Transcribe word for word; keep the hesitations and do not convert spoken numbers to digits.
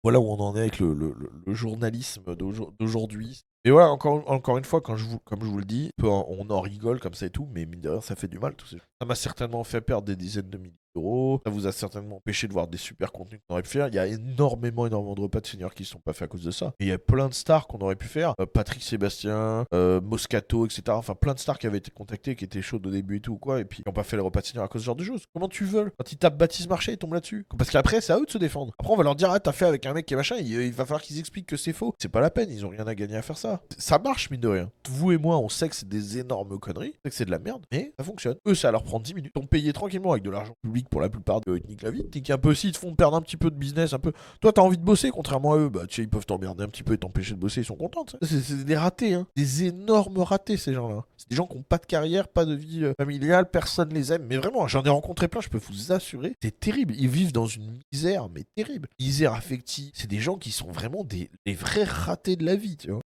Voilà où on en est avec le, le- le- le journalisme d'aujourd'hui. d'aujourd'hui. Et voilà, encore, encore une fois, quand je vous, comme je vous le dis, peu en- on en rigole comme ça et tout, mais mine de rien, ça fait du mal tout ça. Ça m'a certainement fait perdre des dizaines de milliers d'euros. Ça vous a certainement empêché de voir des super contenus qu'on aurait pu faire. Il y a énormément, énormément de repas de seniors qui ne sont pas faits à cause de ça. Et il y a plein de stars qu'on aurait pu faire. Euh, Patrick Sébastien, euh, Moscato, et cetera. Enfin, plein de stars qui avaient été contactés, qui étaient chaudes au début et tout, quoi. Et puis, qui n'ont pas fait les repas de seniors à cause de ce genre de choses. Comment tu veux? Quand ils tapent Baptiste Marché, ils tombent là-dessus. Parce qu'après, c'est à eux de se défendre. Après, on va leur dire, ah, t'as fait avec un mec qui est machin. Il, il va falloir qu'ils expliquent que c'est faux. C'est pas la peine. Ils ont rien à gagner à faire ça. Ça marche, mine de rien. Vous et moi, on sait que c'est des énormes conneries. On sait que c'est de la merde. Mais ça fonctionne. Eux, ça leur prend dix minutes. Ils sont payés tranquillement avec de l'argent public pour la plupart de Nick la vie. T'es un peu aussi, ils te font perdre un petit peu de business, un peu. Toi, t'as envie de bosser, contrairement à eux. Bah, tu sais, ils peuvent t'emmerder un petit peu et t'empêcher de bosser. Ils sont contents. Ça. C'est c'est des ratés, hein. Des énormes ratés, ces gens-là. C'est des gens qui n'ont pas de carrière, pas de vie euh, familiale, personne les aime. Mais vraiment, j'en ai rencontré plein, je peux vous assurer. C'est terrible. Ils vivent dans une misère, mais terrible. Misère affective. C'est des gens qui sont vraiment des, des vrais ratés de la vie, tu vois.